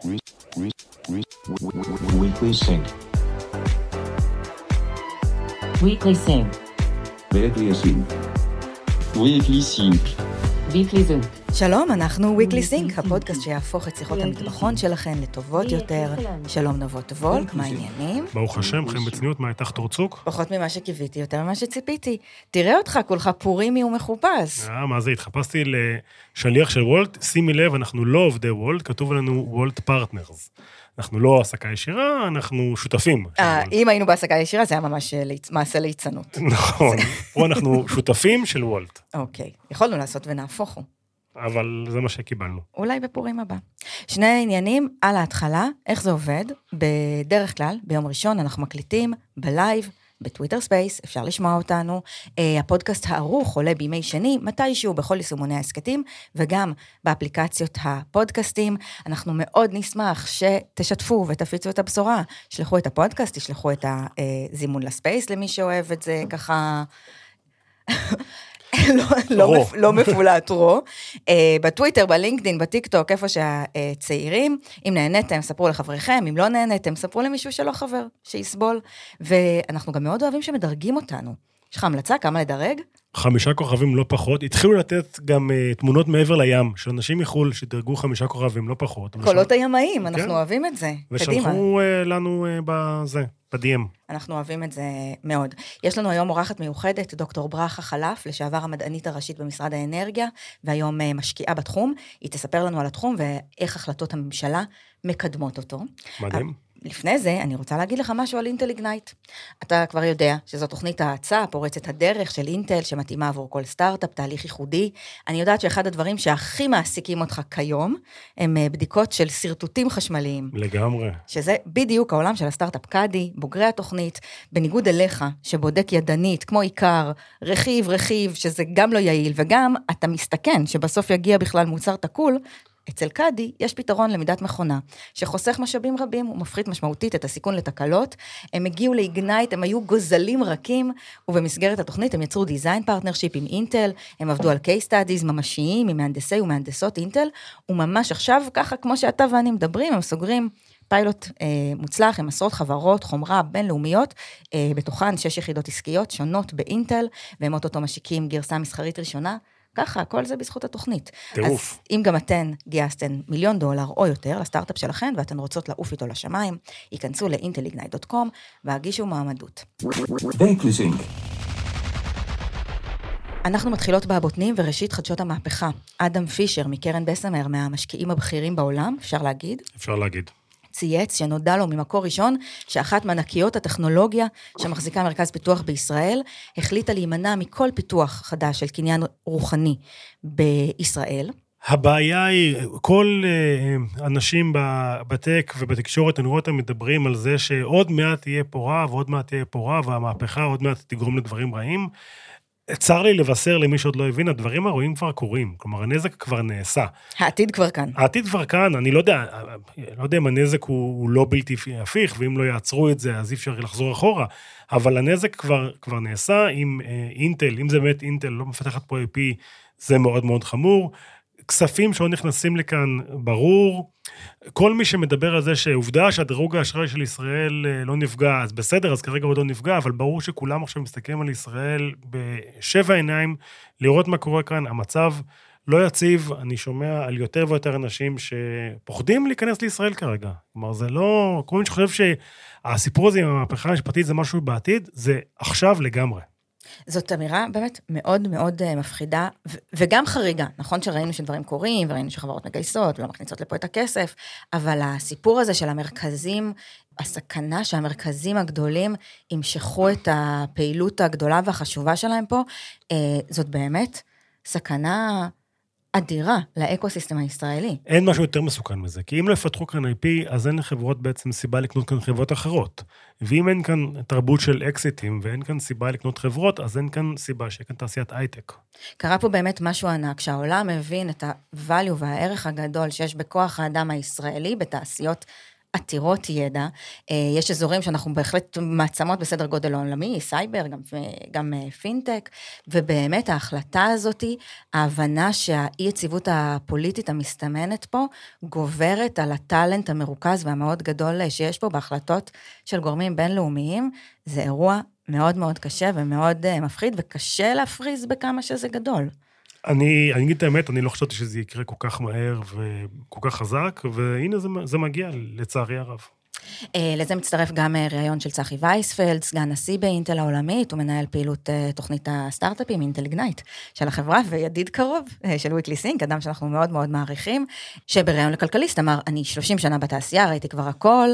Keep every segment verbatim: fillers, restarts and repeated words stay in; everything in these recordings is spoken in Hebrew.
Weekly Sync. Weekly Sync. Weekly Sync. Weekly Sync. Weekly Sync. שלום, אנחנו Weekly Sync, הפודקאסט שיהפוך את שיחות המטבחון שלכן לטובות יותר. שלום נבות וולק, מה העניינים? ברוך השם, חיים בצניעות, מה איתך תורצוק? פחות ממה שקיוויתי, יותר ממה שציפיתי. תראה אותך, כולך פורימי ומחופש. אה, מה זה? התחפשתי לשליח של וולט, שימי לב, אנחנו לא עובדי וולט, כתוב לנו וולט פרטנרס. אנחנו לא העסקה ישירה, אנחנו שותפים. אה, אם היינו בהעסקה ישירה, זה היה ממש מעשה ליצנות. נכון, פה אנחנו שותפים של וולט. אוקיי, יכולנו לעשות ונהפוכו. אבל זה מה שקיבלנו. אולי בפורים הבא. שני עניינים על ההתחלה, איך זה עובד? בדרך כלל, ביום ראשון אנחנו מקליטים בלייב, בטוויטר ספייס, אפשר לשמוע אותנו. הפודקאסט הערוך עולה בימי שני, מתישהו בכל יישומוני העסקתים, וגם באפליקציות הפודקאסטים. אנחנו מאוד נשמח שתשתפו ותפיצו את הבשורה. שלחו את הפודקאסט, תשלחו את הזימון לספייס למי שאוהב את זה ככה... לא, לא, לא מפולט רו, בטוויטר, בלינקדין, בטיקטוק, איפה שהצעירים, אם נהניתם, ספרו לחבריכם, אם לא נהניתם, ספרו למישהו שלא חבר, שיסבול, ואנחנו גם מאוד אוהבים שמדרגים אותנו. יש לך המלצה, כמה לדרג? חמישה כוכבים לא פחות, התחילו לתת גם uh, תמונות מעבר לים, של אנשים מחול שדרגו חמישה כוכבים לא פחות. קולות הימאים, אנחנו כן. אוהבים את זה. ושלחו uh, לנו uh, בזה, ב-די אם. אנחנו אוהבים את זה מאוד. יש לנו היום אורחת מיוחדת, דוקטור ברכה חלף, לשעבר המדענית הראשית במשרד האנרגיה, והיום uh, משקיעה בתחום. היא תספר לנו על התחום ואיך החלטות הממשלה מקדמות אותו. מדהים. לפני זה, אני רוצה להגיד לך משהו על אינטל איגנייט. אתה כבר יודע שזו תוכנית ההצעה, פורצת הדרך של אינטל, שמתאימה עבור כל סטארט-אפ, תהליך ייחודי. אני יודעת שאחד הדברים שהכי מעסיקים אותך כיום, הם בדיקות של סרטוטים חשמליים. לגמרי. שזה בדיוק העולם של הסטארט-אפ קאדי, בוגרי התוכנית, בניגוד אליך, שבודק ידנית, כמו עיקר, רכיב, רכיב, שזה גם לא יעיל, וגם אתה מסתכן שבסוף יגיע בכלל מוצר תקול, אצל קאדי יש פתרון למידת מכונה, שחוסך משאבים רבים ומפחית משמעותית את הסיכון לתקלות. הם הגיעו לאיגנייט, הם היו גוזלים רכים, ובמסגרת התוכנית הם יצרו דיזיין פרטנרשיפ עם אינטל, הם עבדו על קייס סטאדיז ממשיים עם מהנדסי ומהנדסות אינטל, וממש עכשיו, ככה כמו שאתה ואני מדברים, הם סוגרים פיילוט אה, מוצלח עם עשרות חברות, חומרה בינלאומיות, אה, בתוכן שש יחידות עסקיות שונות באינטל, והם אוטוטו משיקים גרסה מסחרית ראשונה, ככה, כל זה בזכות התוכנית. טירוף. אז אם גם אתן גייסתן מיליון דולר או יותר לסטארט-אפ שלכן, ואתן רוצות לעוף איתו לשמיים, ייכנסו ל-אינטל איגנייט דוט קום והגישו מעמדות. Weekly Sync. אנחנו מתחילות באבוטנים וראשית חדשות המהפכה. אדם פישר מקרן בסמר, מהמשקיעים הבכירים בעולם, אפשר להגיד? אפשר להגיד. צייץ שנודע לו ממקור ראשון, שאחת מענקיות הטכנולוגיה שמחזיקה מרכז פיתוח בישראל, החליטה להימנע מכל פיתוח חדש של קניין רוחני בישראל. הבעיה היא, כל אנשים בטק ובתקשורת, אני רואה אותם מדברים על זה שעוד מעט תהיה פורה, ועוד מעט תהיה פורה, והמהפכה עוד מעט תגרום לדברים רעים. צר לי לבשר למי שעוד לא הבין, הדברים הרואים כבר קורים, כלומר, הנזק כבר נעשה. העתיד כבר כאן. העתיד כבר כאן, אני לא יודע, לא יודע אם הנזק הוא, הוא לא בלתי הפיך, ואם לא יעצרו את זה, אז אי אפשר לחזור אחורה, אבל הנזק כבר, כבר נעשה, עם אה, אינטל, אם זה באמת אינטל לא מפתחת פה איי פי, זה מאוד מאוד חמור, כספים שעוד נכנסים לכאן, ברור, כל מי שמדבר על זה שעובדה שהדירוג האשראי של ישראל לא נפגע, אז בסדר, אז כרגע עוד לא נפגע, אבל ברור שכולם עכשיו מסתכלים על ישראל בשבע עיניים, לראות מה קורה כאן, המצב לא יציב, אני שומע על יותר ויותר אנשים שפוחדים להיכנס לישראל כרגע, כלומר זה לא, כל מי שחושב שהסיפור הזה עם המהפכה המשפטית זה משהו בעתיד, זה עכשיו לגמרי. זאת אמירה באמת מאוד מאוד מפחידה, וגם חריגה. נכון שראינו שדברים קורים, וראינו שחברות מגייסות, ולא מכניסות לפה את הכסף, אבל הסיפור הזה של המרכזים, הסכנה שהמרכזים הגדולים ימשכו את הפעילות הגדולה והחשובה שלהם פה, זאת באמת סכנה אדירה לאקוסיסטם הישראלי. אין משהו יותר מסוכן מזה, כי אם לא יפתחו כאן איי פי, אז אין לחברות בעצם סיבה לקנות כאן חברות אחרות. ואם אין כאן תרבות של אקזיטים, ואין כאן סיבה לקנות חברות, אז אין כאן סיבה שיהיה כאן תעשיית הייטק. קרה פה באמת משהו ענק, שהעולם מבין את ה-value והערך הגדול שיש בכוח האדם הישראלי, בתעשיות עתירות ידע, יש אזורים שאנחנו בהחלט מעצמות בסדר גודל עולמי, סייבר, גם, גם פינטק, ובאמת ההחלטה הזאת, ההבנה שהאי יציבות הפוליטית המסתמנת פה, גוברת על הטלנט המרוכז והמאוד גדול שיש פה בהחלטות של גורמים בינלאומיים, זה אירוע מאוד מאוד קשה ומאוד מפחיד, וקשה להפריז בכמה שזה גדול. אני, אני אגיד את האמת, אני לא חשבתי שזה יקרה כל כך מהר וכל כך חזק, והנה זה, זה מגיע לצערי הרב. לזה מצטרף גם ראיון של צחי וייספלד, סגן נשיא באינטל העולמית, הוא מנהל פעילות תוכנית הסטארט-אפים, אינטל איגנייט, של החברה, וידיד קרוב של וויקלי סינק, אדם שאנחנו מאוד מאוד מעריכים, שבראיון לכלכליסט אמר, אני שלושים שנה בתעשייה, ראיתי כבר הכל,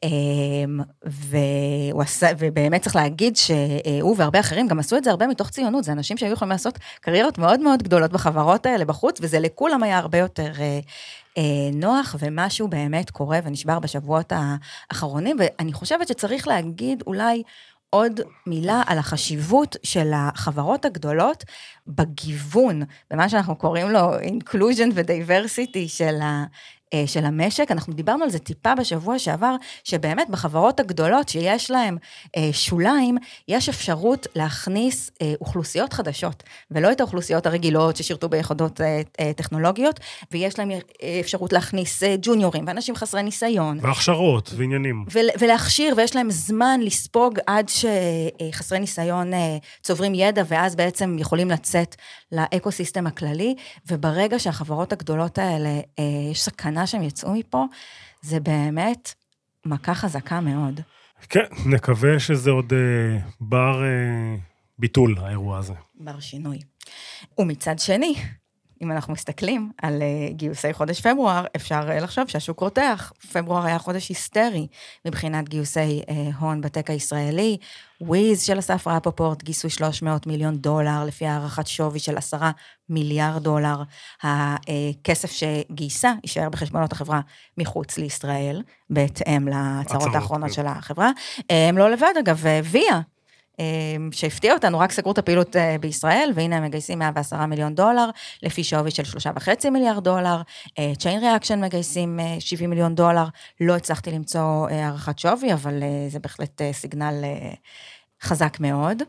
והוא עשה, ובאמת צריך להגיד שהוא והרבה אחרים גם עשו את זה הרבה מתוך ציונות, זה אנשים שהיו יכולים לעשות קריירות מאוד מאוד גדולות בחברות האלה בחוץ, וזה לכולם היה הרבה יותר נוח, ומשהו באמת קורה ונשבר בשבועות האחרונים, ואני חושבת שצריך להגיד אולי עוד מילה על החשיבות של החברות הגדולות בגיוון, במה שאנחנו קוראים לו inclusion ו-diversity של ה... של המשק, אנחנו דיברנו על זה טיפה בשבוע שעבר, שבאמת בחברות הגדולות שיש להן שוליים, יש אפשרות להכניס אוכלוסיות חדשות, ולא את האוכלוסיות הרגילות ששירתו ביחידות טכנולוגיות, ויש להן אפשרות להכניס ג'וניורים, ואנשים חסרי ניסיון. והכשרות ועניינים. ולהכשיר, ויש להם זמן לספוג עד שחסרי ניסיון צוברים ידע, ואז בעצם יכולים לצאת לאקוסיסטם הכללי, וברגע שהחברות הגדולות האלה, יש סכנה שהם יצאו מפה, זה באמת מכה חזקה מאוד. כן, נקווה שזה עוד אה, בר אה, ביטול, האירוע הזה. בר שינוי. ומצד שני, אם אנחנו מסתכלים על uh, גיוסי חודש פברואר, אפשר uh, לחשוב שהשוק רותח. פברואר היה חודש היסטרי, מבחינת גיוסי uh, הון בטק הישראלי. וויז של אסף רפופורט גייסו שלוש מאות מיליון דולר, לפי הערכת שווי של עשרה מיליארד דולר. הכסף שגייסה יישאר בחשבונות החברה מחוץ לישראל, בהתאם להצהרות האחרונות של החברה. הם לא לבד, אגב, ויה, שהפתיע אותנו, רק סגרו את הפעילות בישראל, והנה הם מגייסים מאה ועשרה מיליון דולר, לפי שווי של שלושה וחצי מיליארד דולר, Chain Reaction מגייסים שבעים מיליון דולר, לא הצלחתי למצוא הערכת שווי, אבל זה בהחלט סיגנל חזק מאוד.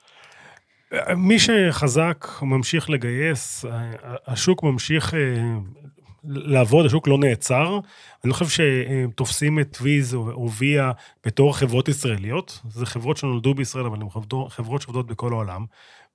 מי שחזק ממשיך לגייס, השוק ממשיך לעבוד, השוק לא נעצר, אני חושב שתופסים את ויז או ויה בתור חברות ישראליות, זה חברות שנולדו בישראל, אבל הן חברות שעובדות בכל העולם,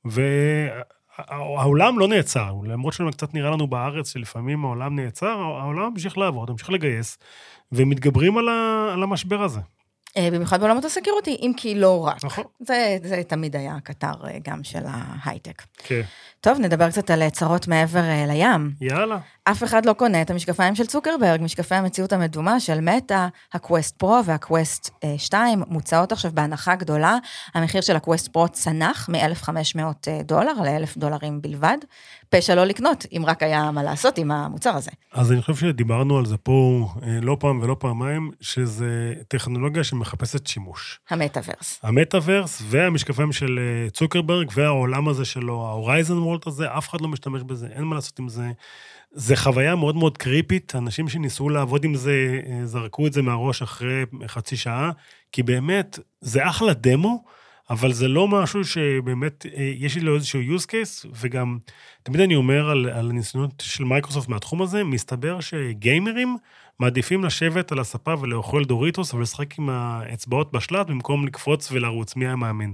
והעולם לא נעצר, למרות שקצת נראה לנו בארץ שלפעמים העולם נעצר, העולם ממשיך לעבוד, ממשיך לגייס, ומתגברים על המשבר הזה. במיוחד בעולמות הסקיורטי, אם כי לא רק. נכון. זה, זה תמיד היה הקטר גם של ההייטק. כן. טוב, נדבר קצת על צרות מעבר לים. יאללה. אף אחד לא קונה את המשקפיים של צוקרברג, משקפי המציאות המדומה של מטא, הקווסט פרו והקווסט שתיים, מוצאות עכשיו בהנחה גדולה, המחיר של הקווסט פרו צנח מ-אלף וחמש מאות דולר ל-אלף דולרים בלבד, פשע לא לקנות, אם רק היה מה לעשות עם המוצר הזה. אז אני חושב שדיברנו על זה פה לא פעם ולא פעמיים, שזה טכנולוגיה שמחפשת שימוש. המטאברס. המטאברס והמשקפיים של צוקרברג והעולם הזה שלו, ההורייזן וולט הזה, אף אחד לא משתמש בזה, אין מה לעשות עם זה. זה חוויה מאוד מאוד קריפית, אנשים שניסו לעבוד עם זה, זרקו את זה מהראש אחרי חצי שעה, כי באמת זה אחלה דמו, אבל זה לא משהו שבאמת יש לי לו איזשהו use case, וגם תמיד אני אומר על, על הניסיונות של מייקרוסופט מהתחום הזה, מסתבר שגיימרים מעדיפים לשבת על הספה ולאכול דוריטוס, ולשחק עם האצבעות בשלט, במקום לקפוץ ולרוץ, מי היה מאמין.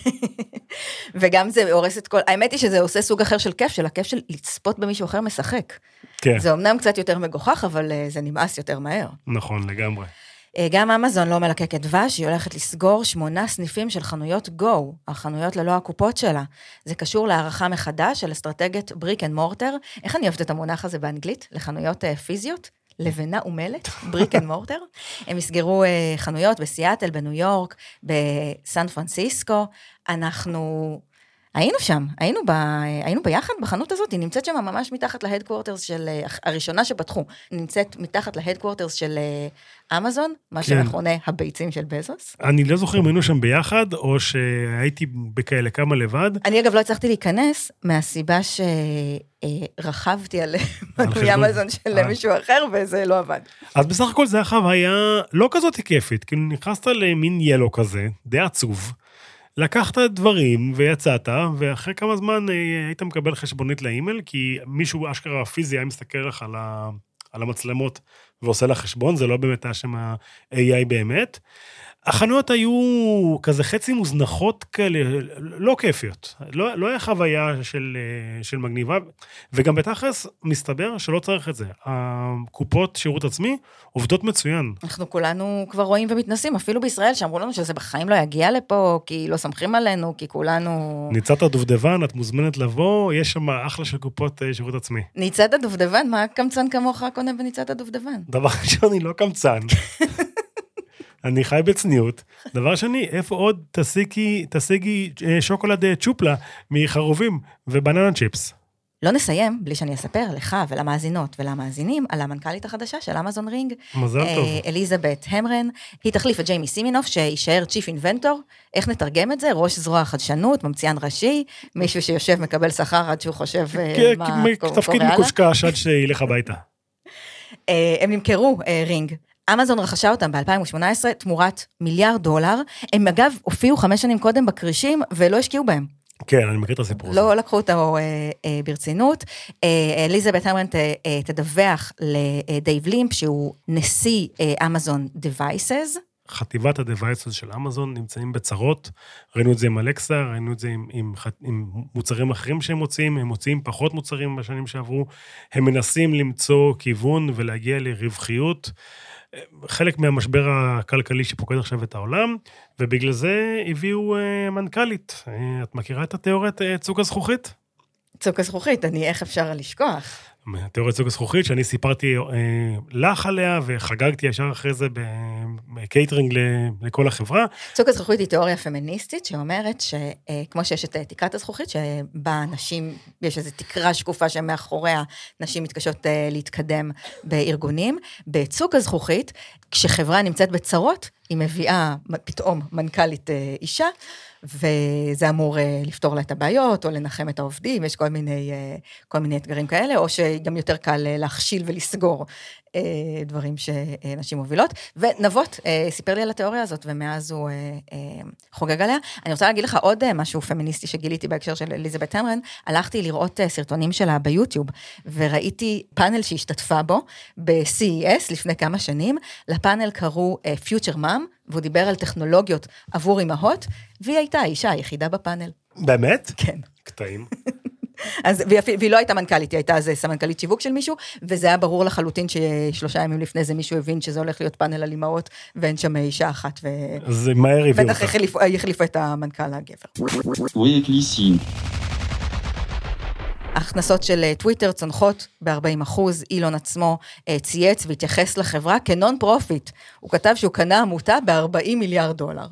וגם זה הורס את כל, האמת היא שזה עושה סוג אחר של כיף, של הכיף של לצפות במישהו אחר משחק. כן. זה אומנם קצת יותר מגוחך, אבל זה נמאס יותר מהר. נכון, לגמרי. גם אמזון לא מלקקת דבש, היא הולכת לסגור שמונה סניפים של חנויות גו, החנויות ללא הקופות שלה. זה קשור להערכה מחדש של אסטרטגיית בריק אנד מורטר. איך אני אוהבת את המונח הזה באנגלית? לחנויות פיזיות? לבנה ומלט, בריק אנד מורטר. הם יסגרו חנויות בסיאטל, בניו יורק, בסן פרנסיסקו. אנחנו, היינו שם, היינו, ב, היינו ביחד בחנות הזאת, היא נמצאת שם ממש מתחת להדקוורטרס של, הראשונה שפתחו, נמצאת מתחת להדקוורטרס של אמזון, מה כן. שמכונה הביצים של בזוס. אני לא זוכר אם היינו שם ביחד, או שהייתי בכאלה כמה לבד. אני אגב לא הצלחתי להיכנס, מהסיבה שרכבתי על מנוי אמזון של מישהו אחר, וזה לא עבד. אז בסך הכל זה חוויה לא כזאת כיפית, כאילו נכנסת למין ילו כזה, די עצוב, לקחת דברים ויצאת, ואחרי כמה זמן היית מקבל חשבונית לאימייל, כי מישהו אשכרה פיזי היה מסתכל לך על, ה, על המצלמות ועושה לך חשבון, זה לא באמת היה שם ה-איי איי באמת. החנויות היו כזה חצי מוזנחות כאלה, לא כיפיות. לא, לא היה חוויה של, של מגניבה, וגם בתכלס מסתבר שלא צריך את זה. הקופות שירות עצמי עובדות מצוין. אנחנו כולנו כבר רואים ומתנסים, אפילו בישראל, שאמרו לנו שזה בחיים לא יגיע לפה, כי לא סומכים עלינו, כי כולנו... ניצת הדובדבן, את מוזמנת לבוא, יש שם אחלה של קופות שירות עצמי. ניצת הדובדבן? מה קמצן כמוך קונה בניצת הדובדבן? דבר ראשון, אני לא קמצן. אני חי בצניעות. דבר שני, איפה עוד תשיגי, תשיגי שוקולד צ'ופלה מחרובים ובננה צ'יפס? לא נסיים בלי שאני אספר לך ולמאזינות ולמאזינים על המנכ"לית החדשה של אמזון רינג. מזל טוב. אליזבת המרן, היא תחליף את ג'יימי סימינוף, שישאר צ'יפ אינבנטור. איך נתרגם את זה? ראש זרוע החדשנות, ממציאן ראשי, מישהו שיושב מקבל שכר עד שהוא חושב מה קורה הלאה. תפקיד מקושקש עד שילך הביתה. הם נמכרו רינג. אמזון רכשה אותם ב-אלפיים שמונה עשרה תמורת מיליארד דולר. הם אגב הופיעו חמש שנים קודם בקרישים ולא השקיעו בהם. כן, אני מכיר את הסיפור הזה. לא לקחו אותו אה, אה, ברצינות. אה, אליזבת המרן ת, אה, תדווח לדייב לימפ, שהוא נשיא אה, אמזון דווייסס. חטיבת הדווייסס של אמזון נמצאים בצרות. ראינו את זה עם אלקסה, ראינו את זה עם, עם, עם מוצרים אחרים שהם מוצאים, הם מוצאים פחות מוצרים בשנים שעברו. הם מנסים למצוא כיוון ולהגיע לרווחיות. חלק מהמשבר הכלכלי שפוקד עכשיו את העולם, ובגלל זה הביאו מנכ"לית. את מכירה את התיאוריית צוק הזכוכית? צוק הזכוכית, אני איך אפשר לשכוח? תיאוריית צוק הזכוכית, שאני סיפרתי לך עליה, וחגגתי ישר אחרי זה בקייטרינג לכל החברה. צוק הזכוכית היא תיאוריה פמיניסטית, שאומרת שכמו שיש את תקרת הזכוכית, שבה נשים, יש איזו תקרה שקופה שמאחוריה נשים מתקשות להתקדם בארגונים, בצוק הזכוכית, כשחברה נמצאת בצרות, היא מביאה פתאום מנכ"לית אישה, וזה אמור לפתור לה את הבעיות, או לנחם את העובדים, יש כל מיני, כל מיני אתגרים כאלה, או שגם יותר קל להכשיל ולסגור דברים שנשים מובילות. ונבות סיפר לי על התיאוריה הזאת, ומאז הוא חוגג עליה. אני רוצה להגיד לך עוד משהו פמיניסטי שגיליתי בהקשר של אליזבת המרן, הלכתי לראות סרטונים שלה ביוטיוב, וראיתי פאנל שהשתתפה בו ב-סי אי אס לפני כמה שנים, לפאנל קראו Future Mom, והוא דיבר על טכנולוגיות עבור אמהות, והיא הייתה האישה היחידה בפאנל. באמת? כן. קטעים. אז, והיא, והיא לא הייתה מנכ"לית, היא הייתה איזה סמנכ"לית שיווק של מישהו, וזה היה ברור לחלוטין ששלושה ימים לפני זה מישהו הבין שזה הולך להיות פאנל על אמהות, ואין שם אישה אחת, ו... אז מהר הביאו אותך. בטח יחליפה את המנכ"ל הגבר. Weekly Sync. ההכנסות של טוויטר צונחות ב-ארבעים אחוז, אילון עצמו צייץ והתייחס לחברה כנון פרופיט. הוא כתב שהוא קנה עמותה ב-ארבעים מיליארד דולר.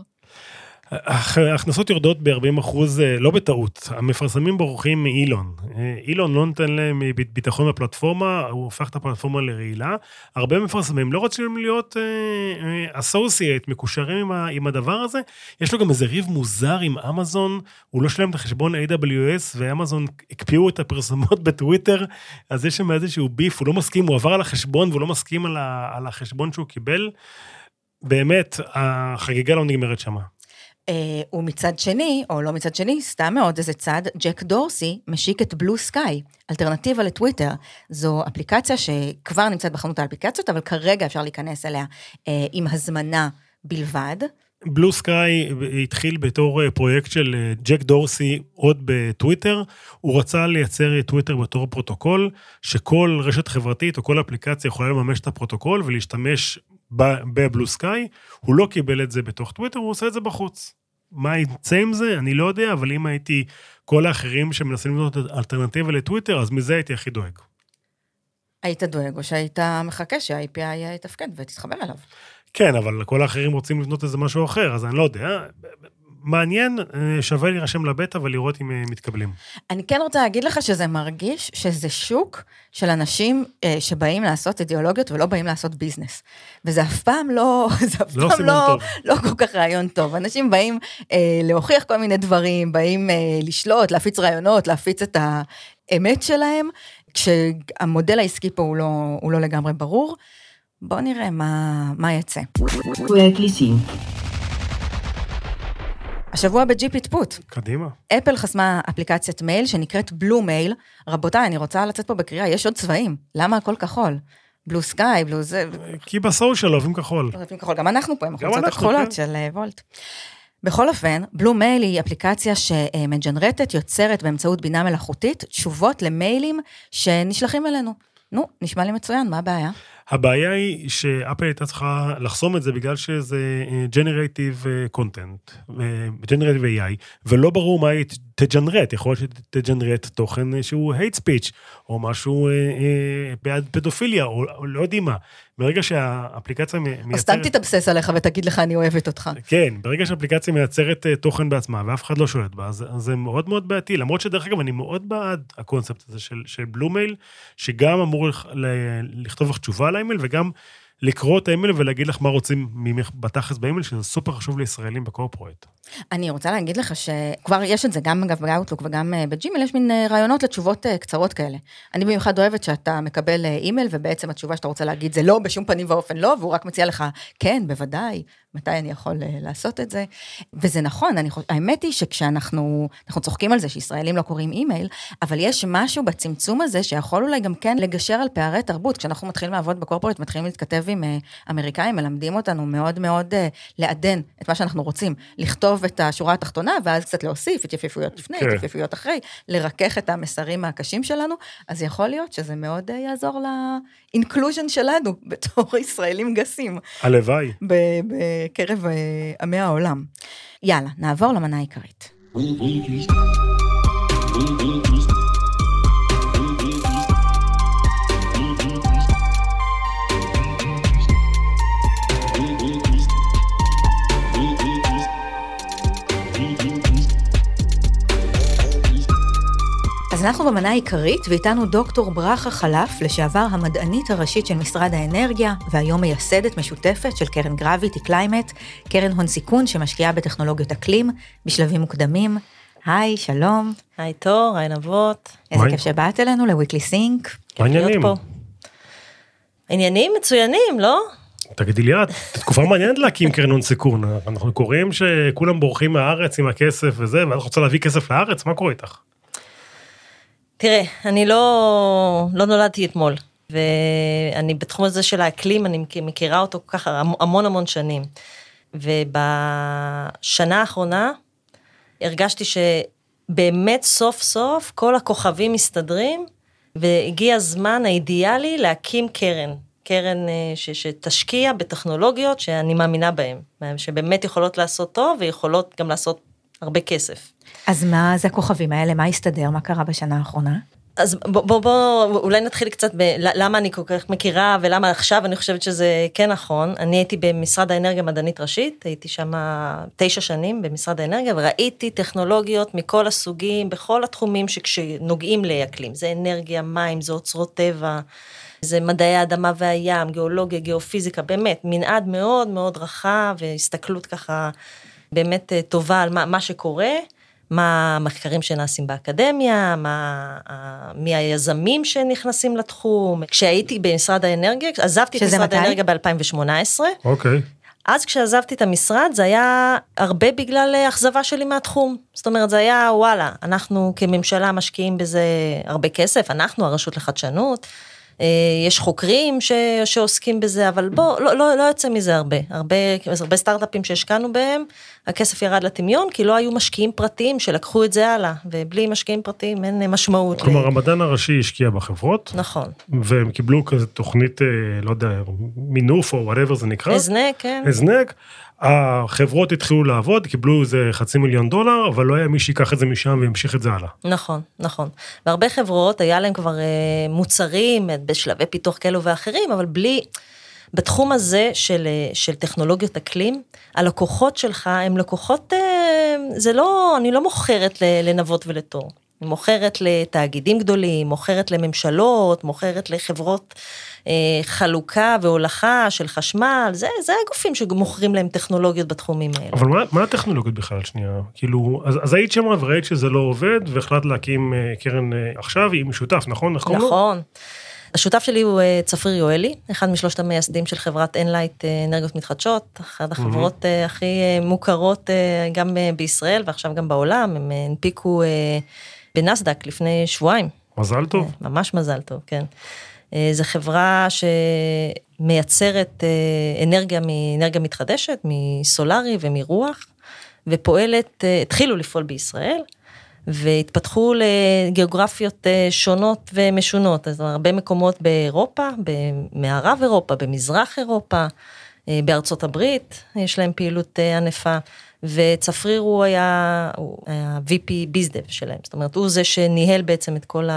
ההכנסות יורדות ב-ארבעים אחוז לא בטעות, המפרסמים בורחים מאילון. אילון לא נותן להם ביטחון בפלטפורמה, הוא הופך את הפלטפורמה לרעילה. הרבה מפרסמים לא רוצים להיות אסוסייט, מקושרים עם, עם הדבר הזה. יש לו גם איזה ריב מוזר עם אמזון, הוא לא שלם את החשבון איי דאבליו אס, ואמזון הקפיאו את הפרסומות בטוויטר, אז יש שם איזשהו ביף, הוא לא מסכים, הוא עבר על החשבון, והוא לא מסכים על, ה, על החשבון שהוא קיבל. באמת, החגיגה לא נגמרת שמה. Uh, ומצד שני, או לא מצד שני, סתם מאוד איזה צד, ג'ק דורסי משיק את בלו סקאי, אלטרנטיבה לטוויטר. זו אפליקציה שכבר נמצאת בחנות האפליקציות, אבל כרגע אפשר להיכנס אליה uh, עם הזמנה בלבד. בלו סקאי התחיל בתור פרויקט של ג'ק דורסי עוד בטוויטר, הוא רצה לייצר טוויטר בתור פרוטוקול, שכל רשת חברתית או כל אפליקציה יכולה לממש את הפרוטוקול ולהשתמש בבלו סקאי, הוא לא קיבל את זה בתוך טוויטר, הוא עושה את זה בחוץ. מה יצא עם זה? אני לא יודע, אבל אם הייתי כל האחרים שמנסים לבנות אלטרנטיבה לטוויטר, אז מזה הייתי הכי דואג. היית דואג, או שהיית מחכה שה-איי פי איי יתפקד ותתחבר אליו. כן, אבל כל האחרים רוצים לבנות איזה משהו אחר, אז אני לא יודע. מעניין, שווה להירשם לבטא ולראות אם מתקבלים. אני כן רוצה להגיד לך שזה מרגיש שזה שוק של אנשים שבאים לעשות אידיאולוגיות ולא באים לעשות ביזנס. וזה אף פעם לא, זה אף לא פעם לא, טוב. לא כל כך רעיון טוב. אנשים באים אה, להוכיח כל מיני דברים, באים אה, לשלוט, להפיץ רעיונות, להפיץ את האמת שלהם, כשהמודל העסקי פה הוא לא, הוא לא לגמרי ברור. בואו נראה מה, מה יצא. Quickly Sync. השבוע בג'י פטפוט. קדימה. אפל חסמה אפליקציית מייל שנקראת בלו מייל. רבותיי, אני רוצה לצאת פה בקריאה, יש עוד צבעים. למה הכל כחול? בלו סקאי, בלו זה... כי בסושיאל אוהבים כחול. אוהבים כחול, גם אנחנו פה עם החולצות אנחנו, הכחולות כן. של אה, וולט. בכל אופן, בלו מייל היא אפליקציה שמג'נרטת, יוצרת באמצעות בינה מלאכותית, תשובות למיילים שנשלחים אלינו. נו, נשמע לי מצוין, מה הבעיה? הבעיה היא שאפל הייתה צריכה לחסום את זה בגלל שזה Generative Content, Generative איי איי, ולא ברור מה היא תג'נרט, יכול להיות שתג'נרט תוכן שהוא hate speech, או משהו בעד פדופיליה, או לא יודעים מה. ברגע שהאפליקציה מייצרת... או סתם תתאבסס עליך ותגיד לך אני אוהבת אותך. כן, ברגע שהאפליקציה מייצרת תוכן בעצמה, ואף אחד לא שולט בה, אז זה מאוד מאוד בעייתי, למרות שדרך אגב אני מאוד בעד הקונספט הזה של, של בלו מייל, שגם אמור לכתוב לך תשובה על האימייל, וגם לקרוא את האימייל ולהגיד לך מה רוצים ממך בתכלס באימייל, שזה סופר חשוב לישראלים בקורפורט. אני רוצה להגיד לך שכבר יש את זה גם אגב באוטלוק וגם בג'ימייל, יש מין רעיונות לתשובות קצרות כאלה. אני במיוחד אוהבת שאתה מקבל אימייל, ובעצם התשובה שאתה רוצה להגיד זה לא, בשום פנים ואופן לא, והוא רק מציע לך, כן, בוודאי, מתי אני יכול לעשות את זה. וזה נכון, אני חוש... האמת היא שכשאנחנו אנחנו צוחקים על זה שישראלים לא קוראים אימייל, אבל יש משהו בצמצום הזה שיכול אולי גם כן לגשר על פערי תרבות. כשאנחנו מתחילים לעבוד בקורפורט, מתחילים להתכתב עם אמריקאים, מלמדים אותנו מאוד מאוד לעדן את מה שאנחנו רוצים, לכתוב את השורה התחתונה, ואז קצת להוסיף את יפיפויות לפני, את יפיפויות אחרי, לרכך את המסרים הקשים שלנו, אז יכול להיות שזה מאוד יעזור לאינקלוז'ן שלנו, בתור ישראלים גסים. הלוואי. בקרב עמי העולם. יאללה, נעבור למנה העיקרית. אז אנחנו במנה העיקרית, ואיתנו דוקטור ברכה חלף, לשעבר המדענית הראשית של משרד האנרגיה, והיום מייסדת משותפת של קרן גרביטי קליימט, קרן הון סיכון שמשקיעה בטכנולוגיות אקלים, בשלבים מוקדמים. היי, שלום. היי תור, היי נבות. איזה כיף שבאת אלינו לוויקלי סינק. מה העניינים? עניינים מצוינים, לא? תגידי לי, תקופה מעניינת להקים קרן הון סיכון. אנחנו קוראים שכולם בורחים מהארץ עם הכסף וזה, ואת רוצה להביא כסף לארץ, מה קורה איתך? תראה, אני לא, לא נולדתי אתמול, ואני בתחום הזה של האקלים, אני מכירה אותו ככה המון המון שנים, ובשנה האחרונה הרגשתי שבאמת סוף סוף כל הכוכבים מסתדרים, והגיע הזמן האידיאלי להקים קרן, קרן ש, שתשקיע בטכנולוגיות שאני מאמינה בהן, שבאמת יכולות לעשות טוב, ויכולות גם לעשות הרבה כסף. אז מה זה הכוכבים האלה? מה הסתדר? מה קרה בשנה האחרונה? אז בוא, בוא, בוא, אולי נתחיל קצת בלמה אני כל כך מכירה, ולמה עכשיו אני חושבת שזה כן נכון. אני הייתי במשרד האנרגיה מדענית ראשית, הייתי שם תשע שנים במשרד האנרגיה, וראיתי טכנולוגיות מכל הסוגים, בכל התחומים שכשנוגעים לאקלים. זה אנרגיה, מים, זה אוצרות טבע, זה מדעי האדמה והים, גיאולוגיה, גיאופיזיקה, באמת, מנעד מאוד מאוד רחב, והסתכלות ככה באמת טובה על מה, מה שקורה, מה המחקרים שנעשים באקדמיה, מה, מי היזמים שנכנסים לתחום. כשהייתי במשרד האנרגיה, עזבתי את משרד האנרגיה ב-אלפיים שמונה עשרה. אוקיי. אז כשעזבתי את המשרד, זה היה הרבה בגלל אכזבה שלי מהתחום. זאת אומרת, זה היה, וואלה, אנחנו כממשלה משקיעים בזה הרבה כסף, אנחנו הרשות לחדשנות, יש חוקרים ש, שעוסקים בזה, אבל בוא, לא, לא, לא יוצא מזה הרבה. הרבה, הרבה סטארט-אפים שהשקענו בהם, הכסף ירד לטמיון, כי לא היו משקיעים פרטיים שלקחו את זה הלאה, ובלי משקיעים פרטיים אין משמעות. כלומר, המדען הראשי השקיע בחברות. נכון. והם קיבלו כזה תוכנית, לא יודע, מינוף או whatever זה נקרא. הזנק, כן. הזנק. החברות התחילו לעבוד, קיבלו איזה חצי מיליון דולר, אבל לא היה מי שיקח את זה משם וימשיך את זה הלאה. נכון, נכון. והרבה חברות, היה להם כבר מוצרים בשלבי פיתוח כאלו ואחרים, אבל בלי, בתחום הזה של, של טכנולוגיות אקלים, הלקוחות שלך הם לקוחות זה לא, אני לא מוכרת לנבות ולתור. אני מוכרת לתאגידים גדולים, מוכרת לממשלות, מוכרת לחברות אה, חלוקה והולכה של חשמל, זה, זה הגופים שמוכרים להם טכנולוגיות בתחומים האלה. אבל מה, מה הטכנולוגיות בכלל, שנייה? כאילו, אז, אז היית שמה וראית שזה לא עובד, והחלטת להקים אה, קרן אה, עכשיו, היא משותף, נכון? נכון. נכון. השותף שלי הוא צפריר יואלי, אחד משלושת המייסדים של חברת אנלייט אנרגיות מתחדשות, אחת החברות mm-hmm. הכי מוכרות גם בישראל, ועכשיו גם בעולם, הם הנפיקו בנסדק לפני שבועיים. מזל טוב. ממש מזל טוב, כן. זו חברה שמייצרת אנרגיה מאנרגיה מתחדשת, מסולרי ומרוח, ופועלת, התחילו לפעול בישראל, והתפתחו לגיאוגרפיות שונות ומשונות, אז הרבה מקומות באירופה, במערב אירופה, במזרח אירופה, בארצות הברית, יש להם פעילות ענפה, וצפריר הוא היה, הוא היה וי פי ביזדב שלהם, זאת אומרת, הוא זה שניהל בעצם את כל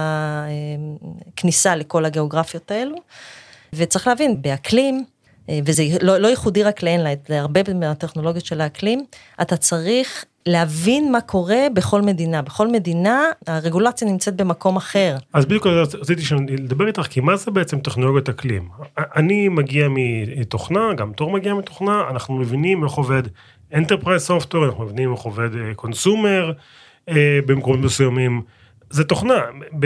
הכניסה לכל הגיאוגרפיות האלו, וצריך להבין, באקלים, וזה לא, לא ייחודי רק לאנלייט, להרבה מהטכנולוגיות של האקלים, אתה צריך להבין מה קורה בכל מדינה. בכל מדינה, הרגולציה נמצאת במקום אחר. אז בדיוק רציתי לדבר איתך, כי מה זה בעצם טכנולוגיות אקלים? אני מגיע מתוכנה, גם תור מגיע מתוכנה, אנחנו מבינים איך עובד Enterprise Software, אנחנו מבינים איך עובד Consumer, במקומות מסוימים. זה תוכנה.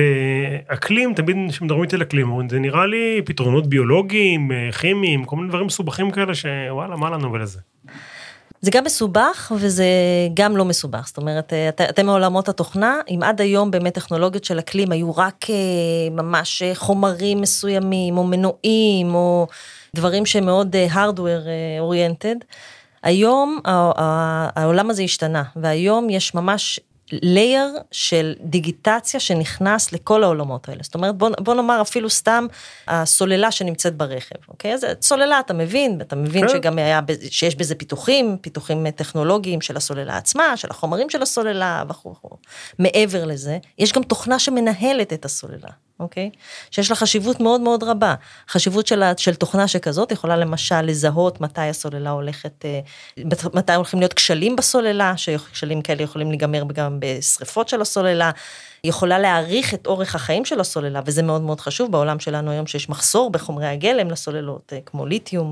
באקלים, תמיד שמדברים איתי על אקלים, זה נראה לי פתרונות ביולוגיים, כימיים, כל מיני דברים מסובכים כאלה, שוואלה, מה לנו ולזה? זה גם מסובך, וזה גם לא מסובך. זאת אומרת, את, אתם מעולמות התוכנה, אם עד היום באמת טכנולוגיות של אקלים היו רק ממש חומרים מסוימים, או מנועים, או דברים שמאוד hardware oriented, היום העולם הזה השתנה, והיום יש ממש layer של דיגיטציה שנכנס לכל העולמות האלה. זאת אומרת, בוא, בוא נאמר אפילו סתם הסוללה שנמצאת ברכב, אוקיי? אז סוללה אתה מבין, אתה מבין כן. שגם היה, שיש בזה פיתוחים, פיתוחים טכנולוגיים של הסוללה עצמה, של החומרים של הסוללה וכו' וכו'. מעבר לזה, יש גם תוכנה שמנהלת את הסוללה, אוקיי? שיש לה חשיבות מאוד מאוד רבה. חשיבות של, של תוכנה שכזאת יכולה למשל לזהות מתי הסוללה הולכת, מתי הולכים להיות כשלים בסוללה, שכשלים כאלה יכולים להיגמר גם בשריפות של הסוללה, יכולה להעריך את אורך החיים של הסוללה, וזה מאוד מאוד חשוב בעולם שלנו היום, שיש מחסור בחומרי הגלם לסוללות, כמו ליתיום,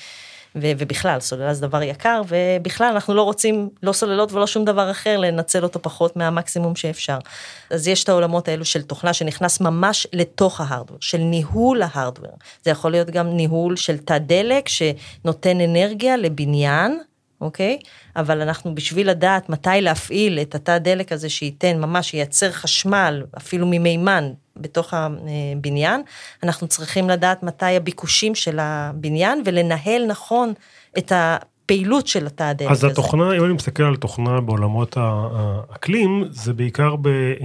ובכלל, סוללה זה דבר יקר, ובכלל אנחנו לא רוצים, לא סוללות ולא שום דבר אחר, לנצל אותו פחות מהמקסימום שאפשר. אז יש את העולמות האלו של תוכנה, שנכנס ממש לתוך ההרדוור, של ניהול ההרדוור. זה יכול להיות גם ניהול של תא דלק, שנותן אנרגיה לבניין, אוקיי? אבל אנחנו בשביל לדעת מתי להפעיל את התא דלק הזה שייתן, ממש ייצר חשמל, אפילו ממימן, בתוך הבניין, אנחנו צריכים לדעת מתי הביקושים של הבניין, ולנהל נכון את הפעילות של התא הדלק הזה. אז התוכנה, אם אני מסתכל על תוכנה בעולמות האקלים, זה בעיקר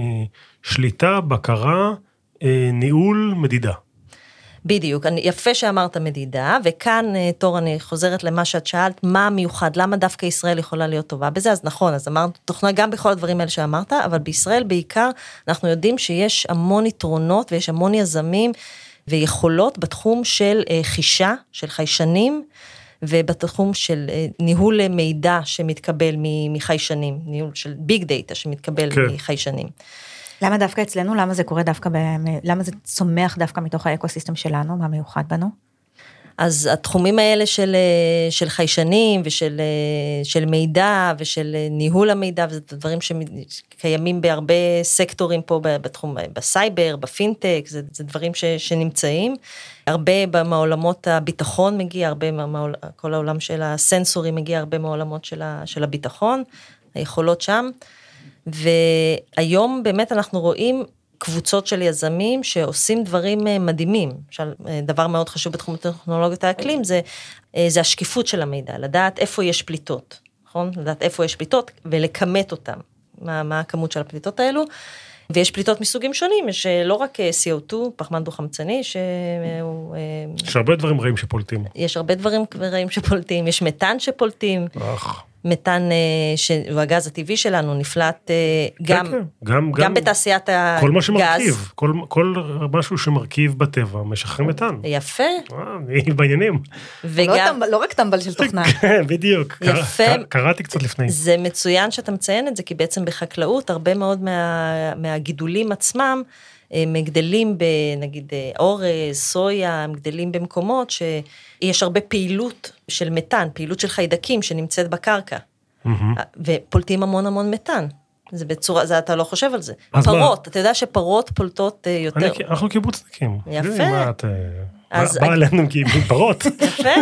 בשליטה, בקרה, ניהול, מדידה. בדיוק, יפה שאמרת מדידה, וכאן תור אני חוזרת למה שאת שאלת, מה מיוחד, למה דווקא ישראל יכולה להיות טובה בזה, אז נכון, אז אמרת תוכנה גם בכל הדברים האלה שאמרת, אבל בישראל בעיקר אנחנו יודעים שיש המון יתרונות, ויש המון יזמים ויכולות בתחום של חישה, של חיישנים, ובתחום של ניהול מידע שמתקבל מחיישנים, ניהול של ביג דאטה שמתקבל כן. מחיישנים. למה דווקא אצלנו? למה זה קורה דווקא, ב... למה זה צומח דווקא מתוך האקוסיסטם שלנו? מה מיוחד בנו? אז התחומים האלה של, של חיישנים ושל של מידע ושל ניהול המידע, וזה דברים שקיימים בהרבה סקטורים פה בתחום, בסייבר, בפינטק, זה, זה דברים ש, שנמצאים. הרבה מהעולמות הביטחון מגיע, הרבה מהעול, כל העולם של הסנסורים מגיע הרבה מהעולמות של, ה, של הביטחון, היכולות שם. והיום באמת אנחנו רואים קבוצות של יזמים שעושים דברים מדהימים. דבר מאוד חשוב בתחום טכנולוגיות האקלים, זה, זה השקיפות של המידע, לדעת איפה יש פליטות, נכון? לדעת איפה יש פליטות ולכמת אותם, מה, מה הכמות של הפליטות האלו, ויש פליטות מסוגים שונים, יש לא רק סי או טו, פחמן דו-חמצני, שהוא... יש הרבה דברים רעים שפולטים. יש הרבה דברים רעים שפולטים, יש מתאן שפולטים. אך. מתאן, שהוא הגז הטבעי שלנו, נפלט גם, כן, גם, גם גם בתעשיית הגז. כל מה שמרכיב, כל, כל משהו שמרכיב בטבע, משחרר מתאן. יפה. אני בעניינים. וגם... לא, טמב, לא רק טמבל של תוכנה. כן, בדיוק. יפה. קר, קראתי קצת לפני. זה מצוין שאתה מציין את זה, כי בעצם בחקלאות, הרבה מאוד מה, מהגידולים עצמם, הם גדלים בנגיד אורז, סויה, הם גדלים במקומות שיש הרבה פעילות של מתאן, פעילות של חיידקים שנמצאת בקרקע, ופולטים המון המון מתאן. זה בצורה, זה אתה לא חושב על זה. פרות, אתה יודע שפרות פולטות יותר. אנחנו קיבוצניקים. יפה. בא עלינו פרות. יפה.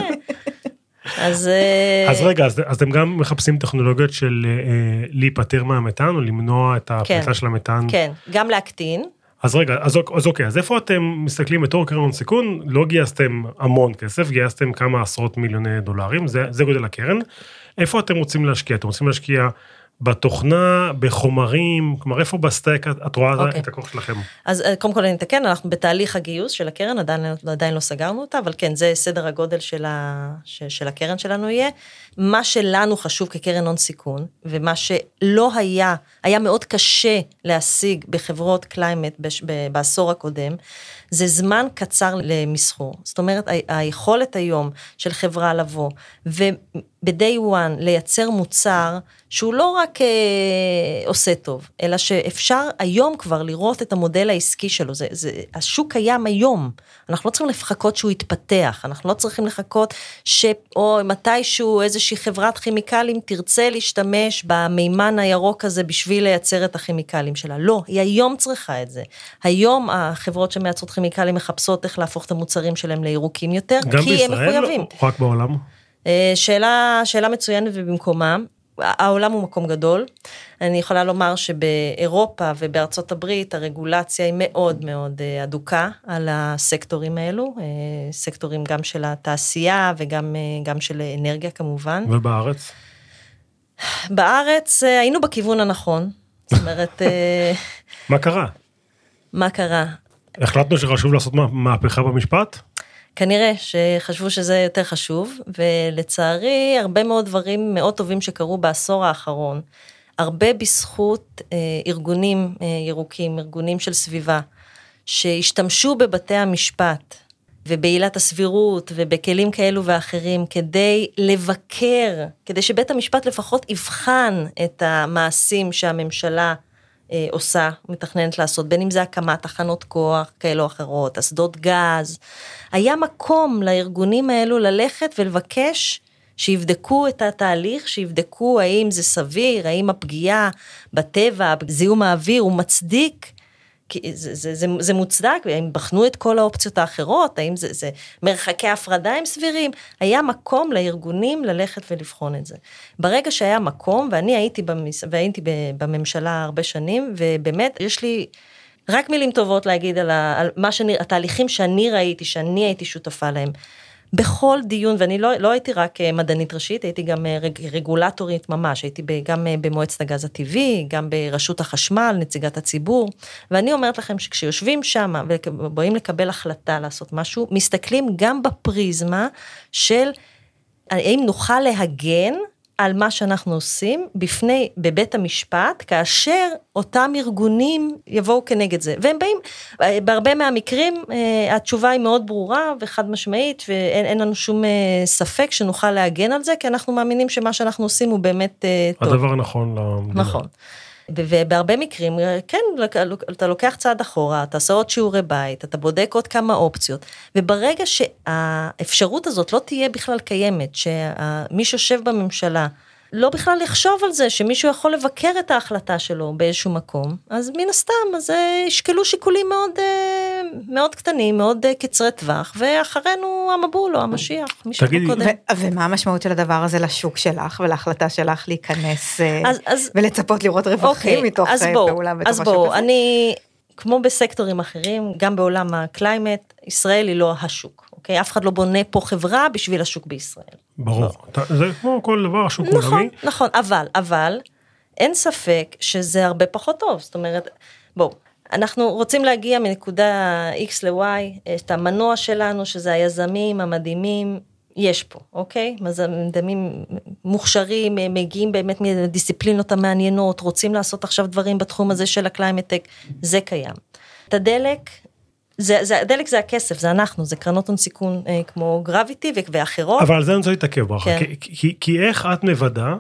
אז... אז רגע, אז אתם גם מחפשים טכנולוגיות של להיפטר מהמתאן, או למנוע את הפליטה של המתאן? כן, גם להקטין. אז רגע, אז, אז אוקיי, אז איפה אתם מסתכלים בתור קרן הון סיכון? לא גייסתם המון כסף, גייסתם כמה עשרות מיליוני דולרים, זה, זה גודל הקרן. איפה אתם רוצים להשקיע? אתם רוצים להשקיע בתוכנה, בחומרים, כלומר, איפה בסטייק את רואה okay. את הכוח שלכם? אז קודם כל אני אתקן, אנחנו בתהליך הגיוס של הקרן, עדיין, עדיין לא סגרנו אותה, אבל כן, זה סדר הגודל של, ה, של, של הקרן שלנו יהיה. מה שלנו חשוב כקרן הון סיכון, ומה שלא היה, היה מאוד קשה להשיג בחברות קליימט בעשור הקודם, זה זמן קצר למסחור. זאת אומרת, היכולת היום של חברה לבוא, וב-day one לייצר מוצר, שהוא לא רק אה, עושה טוב, אלא שאפשר היום כבר לראות את המודל העסקי שלו. זה, זה, השוק קיים היום. אנחנו לא צריכים לחכות שהוא יתפתח, אנחנו לא צריכים לחכות ש... או מתישהו איזושהי חברת כימיקלים תרצה להשתמש במימן הירוק הזה בשביל לייצר את הכימיקלים שלה. לא, היא היום צריכה את זה. היום החברות שמייצרות כימיקלים מחפשות איך להפוך את המוצרים שלהם לירוקים יותר, כי הם מחויבים. או רק בעולם? שאלה, שאלה מצוינת ובמקומה. העולם הוא מקום גדול. אני יכולה לומר שבאירופה ובארצות הברית הרגולציה היא מאוד מאוד אדוקה על הסקטורים האלו, סקטורים גם של התעשייה וגם גם של אנרגיה כמובן. ובארץ? בארץ היינו בכיוון הנכון. זאת אומרת... מה קרה? מה קרה? החלטנו שחשוב לעשות מהפכה במשפט? כנראה שחשבו שזה יותר חשוב, ולצערי הרבה מאוד דברים מאוד טובים שקרו בעשור האחרון, הרבה בזכות אה, ארגונים אה, ירוקים, ארגונים של סביבה, שהשתמשו בבתי המשפט, ובעילת הסבירות, ובכלים כאלו ואחרים, כדי לבקר, כדי שבית המשפט לפחות יבחן את המעשים שהממשלה אה, עושה, מתכננת לעשות, בין אם זה הקמת תחנות כוח, כאלו אחרות, אסדות גז, היה מקום לארגונים האלו ללכת ולבקש שיבדקו את התהליך, שיבדקו האם זה סביר, האם הפגיעה בטבע, זיהום האוויר, הוא מצדיק, כי זה, זה, זה, זה מוצדק, האם בחנו את כל האופציות האחרות, האם זה, זה מרחקי הפרדה הם סבירים, היה מקום לארגונים ללכת ולבחון את זה. ברגע שהיה מקום, ואני הייתי, במס... והייתי בממשלה הרבה שנים, ובאמת יש לי רק מילים טובות להגיד על, ה... על מה שאני, התהליכים שאני ראיתי, שאני הייתי שותפה להם. בכל דיון, ואני לא, לא הייתי רק מדענית ראשית, הייתי גם רג, רגולטורית ממש, הייתי גם במועצת הגז הטבעי, גם ברשות החשמל, נציגת הציבור, ואני אומרת לכם שכשיושבים שם, ובאים לקבל החלטה לעשות משהו, מסתכלים גם בפריזמה של, האם נוכל להגן על מה שאנחנו עושים בפני, בבית המשפט, כאשר אותם ארגונים יבואו כנגד זה. והם באים, בהרבה מהמקרים, התשובה היא מאוד ברורה וחד משמעית, ואין אין לנו שום ספק שנוכל להגן על זה, כי אנחנו מאמינים שמה שאנחנו עושים הוא באמת טוב. הדבר הנכון למדינה. נכון. ובהרבה מקרים, כן, אתה לוקח צעד אחורה, אתה עושה עוד שיעורי בית, אתה בודק עוד כמה אופציות, וברגע שהאפשרות הזאת לא תהיה בכלל קיימת, שמי שיושב בממשלה, לא בכלל לחשוב על זה, שמישהו יכול לבקר את ההחלטה שלו באיזשהו מקום, אז מן הסתם, אז ישקלו שיקולים מאוד, מאוד קטנים, מאוד קצרי טווח, ואחרינו המבול או המשיח, מישהו קודם. ומה המשמעות של הדבר הזה לשוק שלך, ולהחלטה שלך להיכנס, ולצפות לראות רווחים מתוך פעולה בתוך השוק הזה? אז בואו, אני, כמו בסקטורים אחרים, גם בעולם הקליימט, ישראל היא לא השוק. אוקיי, אף אחד לא בונה פה חברה בשביל השוק בישראל. ברור. זה כמו כל דבר, השוק עולמי. נכון, נכון, אבל, אבל, אין ספק שזה הרבה פחות טוב. זאת אומרת, בואו, אנחנו רוצים להגיע מנקודה X ל-Y, את המנוע שלנו, שזה היזמים המדהימים, יש פה, אוקיי? מדענים מוכשרים, מגיעים באמת מדיסציפלינות המעניינות, רוצים לעשות עכשיו דברים בתחום הזה של הקליימט-טק, זה קיים. את הדלק, זה, זה, הדלק זה הכסף, זה אנחנו, זה קרנות הון סיכון אה, כמו גרביטי ואחרות. אבל על זה אני רוצה להתעכב ברכה, כן. כי, כי, כי איך את מוודא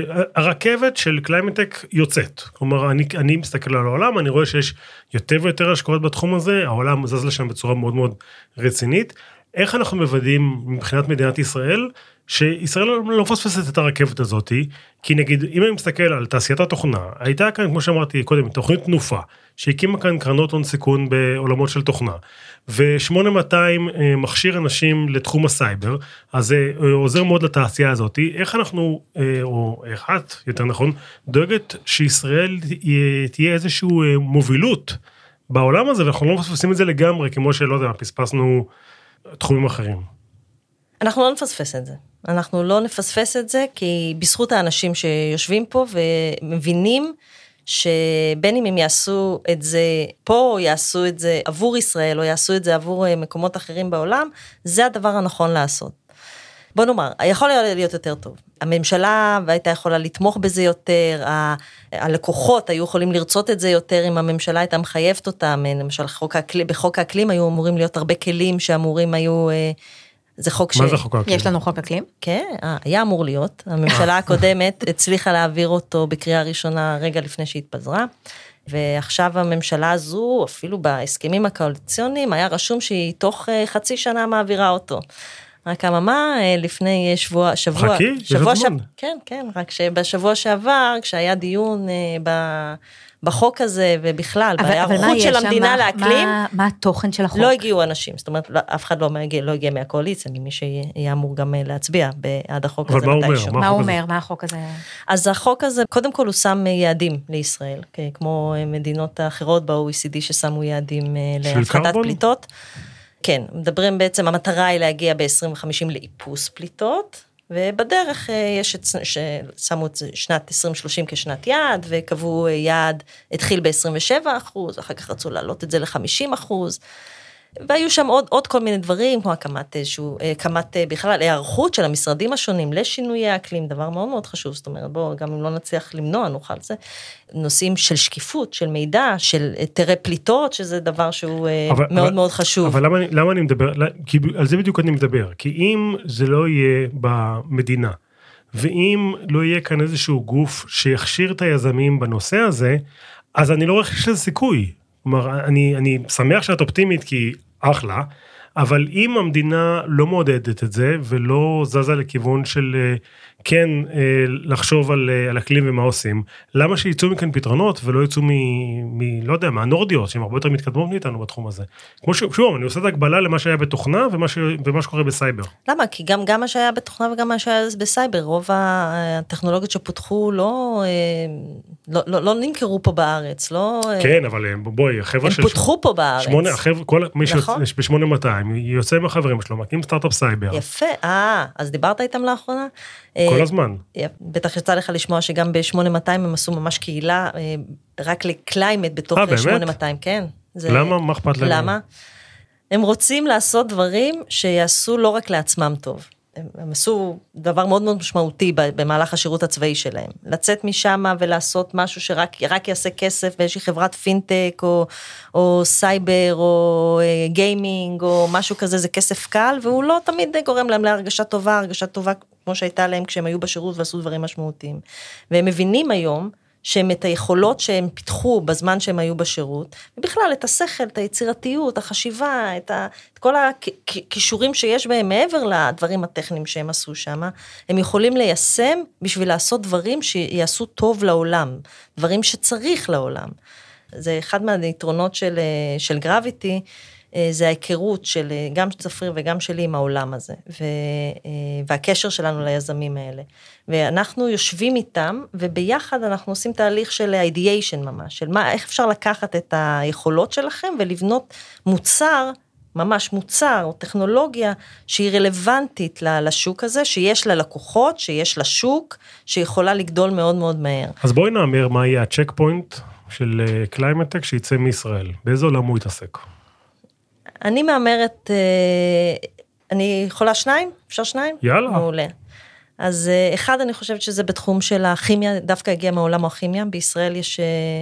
שהרכבת של קליימט-טק יוצאת? כלומר, אני, אני מסתכל על העולם, אני רואה שיש יותר ויותר השקעות בתחום הזה, העולם זז לשם בצורה מאוד מאוד רצינית, איך אנחנו מוודאים מבחינת מדינת ישראל, שישראל לא מפספסת את הרכבת הזאת, כי נגיד, אם אני מסתכל על תעשיית התוכנה, הייתה כאן, כמו שאמרתי קודם, תוכנית תנופה, שהקימה כאן קרנות הון סיכון בעולמות של תוכנה, ו-שמונה מאתיים מכשיר אנשים לתחום הסייבר, אז זה עוזר מאוד לתעשייה הזאת, איך אנחנו, או איך את, יותר נכון, דואגת שישראל תהיה איזושהי מובילות בעולם הזה, ואנחנו לא מפספסים את זה לגמרי, כמו שלא יודע, פספסנו תחומים אחרים. אנחנו לא נפספס את זה. אנחנו לא נפספס את זה, כי בזכות האנשים שיושבים פה ומבינים שבין אם הם יעשו את זה פה, או יעשו את זה עבור ישראל, או יעשו את זה עבור מקומות אחרים בעולם, זה הדבר הנכון לעשות. בוא נאמר, יכול להיות יותר טוב. הממשלה הייתה יכולה לתמוך בזה יותר, ה- הלקוחות היו יכולים לרצות את זה יותר, אם הממשלה הייתה מחייבת אותם, למשל חוק האקלים, בחוק האקלים היו אמורים להיות הרבה כלים שאמורים היו, זה חוק ש... מה זה חוק האקלים? יש לנו חוק אקלים? כן, היה אמור להיות, הממשלה הקודמת הצליחה להעביר אותו בקריאה ראשונה רגע לפני שהתפזרה, ועכשיו הממשלה הזו, אפילו בהסכמים הקואליציוניים, היה רשום שהיא תוך חצי שנה מעבירה אותו. רק אממה, לפני שבוע, שבוע, חכי, שבוע יש זמן. כן, כן, רק שבשבוע שעבר, כשהיה דיון ב, בחוק הזה, ובכלל, בהיערכות של המדינה לאקלים, מה, מה התוכן של החוק? לא הגיעו אנשים, זאת אומרת, אף אחד לא הגיע, לא הגיע מהקואליציה, ממי שיהיה אמור גם להצביע בעד החוק הזה. אבל מה הוא אומר? מה הוא אומר? מה החוק הזה? אז החוק הזה, קודם כל הוא שם יעדים לישראל, כמו מדינות האחרות ב-או אי סי די ששמו יעדים להפחתת פליטות. כן, מדברים בעצם, המטרה היא להגיע ב-עשרים וחמישים לאיפוס פליטות, ובדרך יש את, ששמו את שנת עשרים שלושים כשנת יעד, וקבעו יעד, התחיל ב-עשרים ושבעה אחוז, אחר כך רצו להעלות את זה ל-חמישים אחוז, והיו שם עוד, עוד כל מיני דברים, כמו הקמת איזשהו, הקמת בכלל, הערכות של המשרדים השונים לשינויי האקלים, דבר מאוד מאוד חשוב, זאת אומרת, בוא, גם אם לא נצליח למנוע, נוכל זה, נושאים של שקיפות, של מידע, של תרי פליטות, שזה דבר שהוא אבל, מאוד אבל, מאוד חשוב. אבל למה, למה אני מדבר, כי על זה בדיוק אני מדבר, כי אם זה לא יהיה במדינה, ואם לא יהיה כאן איזשהו גוף שיכשיר את היזמים בנושא הזה, אז אני לא רואה שיש לזה סיכוי. כלומר, אני, אני שמח שאת אופטימית, כי אחלה, אבל אם המדינה לא מעודדת את זה, ולא זזה לכיוון של כן לחשוב על, על אקלים ומה עושים, למה שיצאו מכאן פתרונות, ולא יצאו מ, מ לא יודע, מהנורדיות, שהן הרבה יותר מתקדמות מאיתנו בתחום הזה. כמו שוב, אני עושה את הגבלה למה שהיה בתוכנה, ומה, ש, ומה שקורה בסייבר. למה? כי גם, גם מה שהיה בתוכנה, וגם מה שהיה בסייבר, רוב הטכנולוגיות שפותחו לא, לא, לא, לא נמכרו פה בארץ, לא... כן, אבל בואי, החבר'ה של... הם פותחו פה בארץ. שמונה, החבר'ה, כל מי נכון? ב-שמונה מאתיים, יוצא עם החברים שלו, מקים סטארט-אפ סייבר. יפה, אה, אז דיברת איתם לאחרונה? כל הזמן. בטח יצא לך לשמוע שגם ב-שמונה מאתיים הם עשו ממש קהילה, רק לקליימט בתוך שמונה מאתיים, כן. למה? מה אכפת להם? למה? הם רוצים לעשות דברים שיעשו לא רק לעצמם טוב. הם עשו דבר מאוד מאוד משמעותי במהלך השירות הצבאי שלהם. לצאת משם ולעשות משהו שרק רק יעשה כסף, באיזושהי חברת פינטק, או, או סייבר, או גיימינג, או משהו כזה, זה כסף קל, והוא לא תמיד גורם להם להרגשה טובה, הרגשה טובה כמו שהייתה להם כשהם היו בשירות ועשו דברים משמעותיים. והם מבינים היום, שהם את היכולות שהם פיתחו בזמן שהם היו בשירות, ובכלל את השכל, את היצירתיות, החשיבה, את, ה, את כל הכישורים שיש בהם מעבר לדברים הטכניים שהם עשו שם, הם יכולים ליישם בשביל לעשות דברים שיעשו טוב לעולם, דברים שצריך לעולם. זה אחד מהיתרונות של, של גרביטי, זה ההיכרות של גם צפריר וגם שלי עם העולם הזה, והקשר שלנו ליזמים האלה. ואנחנו יושבים איתם, וביחד אנחנו עושים תהליך של ideation ממש, של מה, איך אפשר לקחת את היכולות שלכם, ולבנות מוצר, ממש מוצר, או טכנולוגיה, שהיא רלוונטית לשוק הזה, שיש לה לקוחות, שיש לה שוק, שיכולה לגדול מאוד מאוד מהר. אז בואי נאמר מה יהיה הצ'ק פוינט של קליימט-טק שיצא מישראל. באיזה עולם הוא יתעסק? אני מאמרת, אני יכולה שניים? אפשר שניים? יאללה. מעולה. אז אחד, אני חושבת שזה בתחום של הכימיה, דווקא הגיע מעולם הכימיה, בישראל יש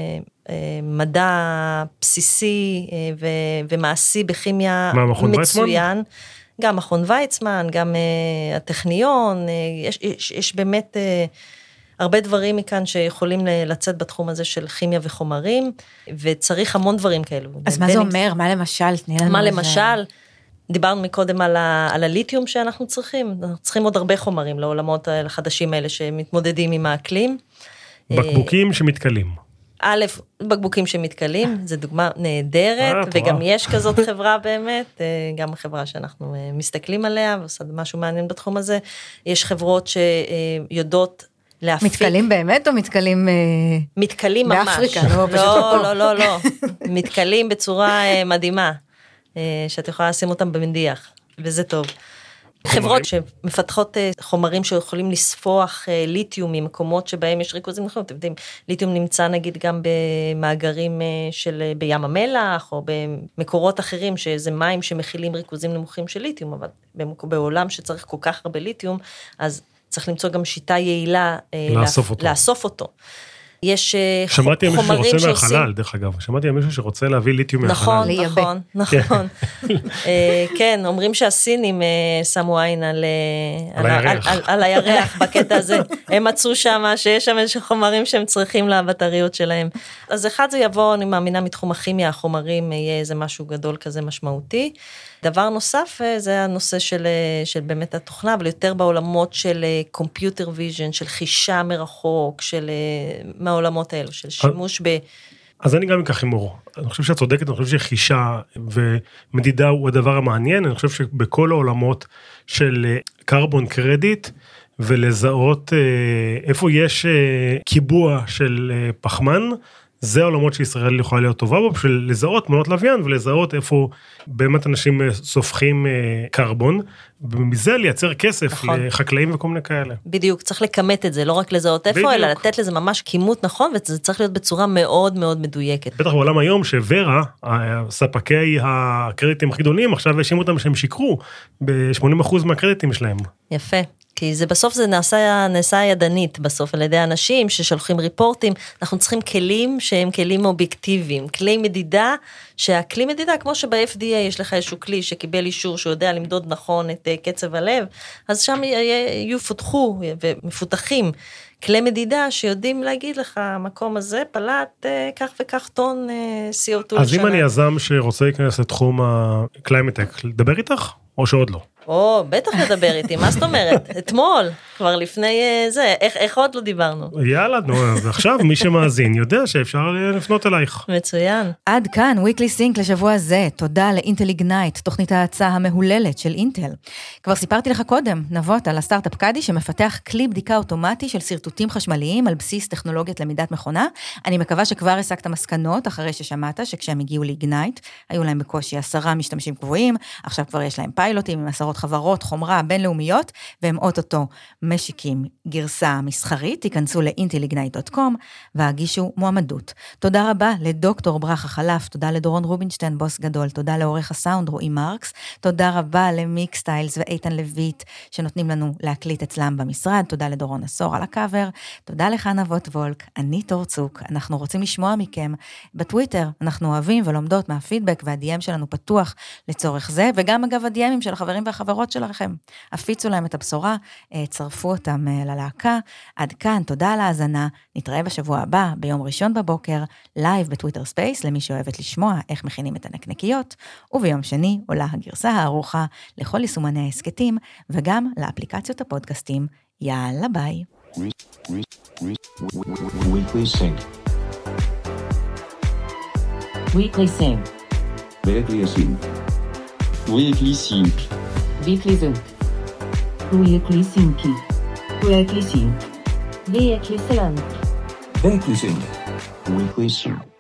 מדע בסיסי ומעשי בכימיה מצוין, גם מכון ויצמן, גם הטכניון, יש, יש, יש באמת הרבה דברים מכאן שיכולים לצאת בתחום הזה של כימיה וחומרים, וצריך המון דברים כאלו. אז מה זה אומר? מה למשל? תני לנו מה למשל? דיברנו מקודם על, ה, על הליתיום שאנחנו צריכים, אנחנו צריכים עוד הרבה חומרים לעולמות החדשים האלה שמתמודדים עם האקלים. בקבוקים שמתקלים. א', בקבוקים שמתקלים, זו דוגמה נהדרת, וגם יש כזאת חברה באמת, גם החברה שאנחנו מסתכלים עליה, ועושה משהו מעניין בתחום הזה, יש חברות שיודעות להפיק. מתקלים באמת או מתקלים מתקלים ממש. באפריקה, לא, פשוט לא, לא, לא, לא. מתקלים בצורה מדהימה. שאת יכולה לשים אותם במדיח, וזה טוב. חברות שמפתחות חומרים שיכולים לספוח ליתיום ממקומות שבהם יש ריכוזים נכונים, אתם יודעים, ליתיום נמצא נגיד גם במאגרים של בים המלח, או במקורות אחרים, שזה מים שמכילים ריכוזים נמוכים של ליתיום, אבל בעולם שצריך כל כך הרבה ליתיום, אז צריך למצוא גם שיטה יעילה לאסוף אותו. לאסוף אותו. יש שמעתי חומרים מישהו שרוצה שעושים... מהחלל, דרך אגב, שמעתי מישהו שרוצה להביא ליתיום מהחלל. נכון, נכון, נכון. כן, אומרים שהסינים שמו עין על הירח בקטע הזה, הם מצאו שם שיש שם איזה חומרים שהם צריכים לבטריות שלהם. אז אחד זה יבוא, אני מאמינה מתחום הכימיה, החומרים יהיה איזה משהו גדול כזה משמעותי. דבר נוסף זה הנושא של, של באמת התוכנה, אבל יותר בעולמות של computer vision, של חישה מרחוק, של מהעולמות האלו, של שימוש ב... אז אני גם אקח הימור. אני חושב שאת צודקת, אני חושב שחישה ומדידה הוא הדבר המעניין, אני חושב שבכל העולמות של קרבון קרדיט, ולזהות איפה יש קיבוע של פחמן, זה העולמות שישראל יכולה להיות טובה בו, בשביל לזהות מנות לוויין, ולזהות איפה באמת אנשים סופחים קרבון, ומזה לייצר כסף נכון. לחקלאים וכל מיני כאלה. בדיוק, צריך לקמת את זה, לא רק לזהות איפה, בדיוק. אלא לתת לזה ממש כימות נכון, וזה צריך להיות בצורה מאוד מאוד מדויקת. בטח בעולם היום שוורה, ספקי הקרדיטים הכי גדולים, עכשיו האשימו אותם שהם שיקרו, ב-שמונים אחוז מהקרדיטים שלהם. יפה. כי זה בסוף זה נעשה, נעשה ידנית בסוף על ידי אנשים ששולחים ריפורטים, אנחנו צריכים כלים שהם כלים אובייקטיביים, כלי מדידה, שהכלי מדידה, כמו שב-אף די איי יש לך איזשהו כלי שקיבל אישור שהוא יודע למדוד נכון את קצב הלב, אז שם יהיו פותחו ומפותחים כלי מדידה שיודעים להגיד לך, המקום הזה פלט כך וכך טון סי או טו. אז אם אני יזם שרוצה להיכנס לתחום הקליימטק, לדבר איתך או שעוד לא? או, בטח לדבר איתי, מה זאת אומרת? אתמול, כבר לפני זה, איך, איך עוד לא דיברנו? יאללה, נו, אז עכשיו מי שמאזין יודע שאפשר לפנות אלייך. מצוין. עד כאן, Weekly Sync לשבוע הזה, תודה לאינטל איגנייט, תוכנית ההצעה המהוללת של אינטל. כבר סיפרתי לך קודם, נבות על הסטארט-אפ קאדי, שמפתח כלי בדיקה אוטומטי של סרטוטים חשמליים, על בסיס טכנולוגיית למידת מכונה. אני מקווה שכבר הסקת מסקנות, אחרי ששמעת שכשהם הגיעו לאיגנייט, היו להם בקושי עשרה משתמשים קבועים, עכשיו כבר יש להם פיילוטים עם עשרות חברות חומרה בינלאומיות, והם אוטוטו משיקים גרסה מסחרית, תיכנסו ל-אינטל איגנייט דוט קום, והגישו מועמדות. תודה רבה לדוקטור ברכה חלף, תודה לדורון רובינשטיין, בוס גדול, תודה לעורך הסאונד רועי מרקס, תודה רבה למיקסטיילס ואיתן לויט, שנותנים לנו להקליט אצלם במשרד, תודה לדורון עשור על הקאבר, תודה לך נבות וולק, אני תור צוק, אנחנו רוצים לשמוע מכם בטוויטר, אנחנו אוהבים ולומדות מהפידבק, וה-די אם שלנו פתוח לצורך זה, וגם אגב ה-די אמים של החברים והחברות שלכם, הפיצו להם את הבשורה, צרפו אותם ללהקה, עד כאן, תודה על ההאזנה, נתראה בשבוע הבא, ביום ראשון בבוקר, לייב בטוויטר ספייס, למי שאוהבת לשמוע איך מכינים את הנקניקיות, וביום שני עולה הגרסה הארוחה לכל יישומני העסקתים, וגם לאפליקציות הפודקאסטים. יאללה ביי. Weekly Sync. Weekly Sync. Weekly Sync. Weekly Sync. Weekly Sync. Weekly Sync. Weekly Sync. Weekly Sync. Weekly Sync. Weekly Sync.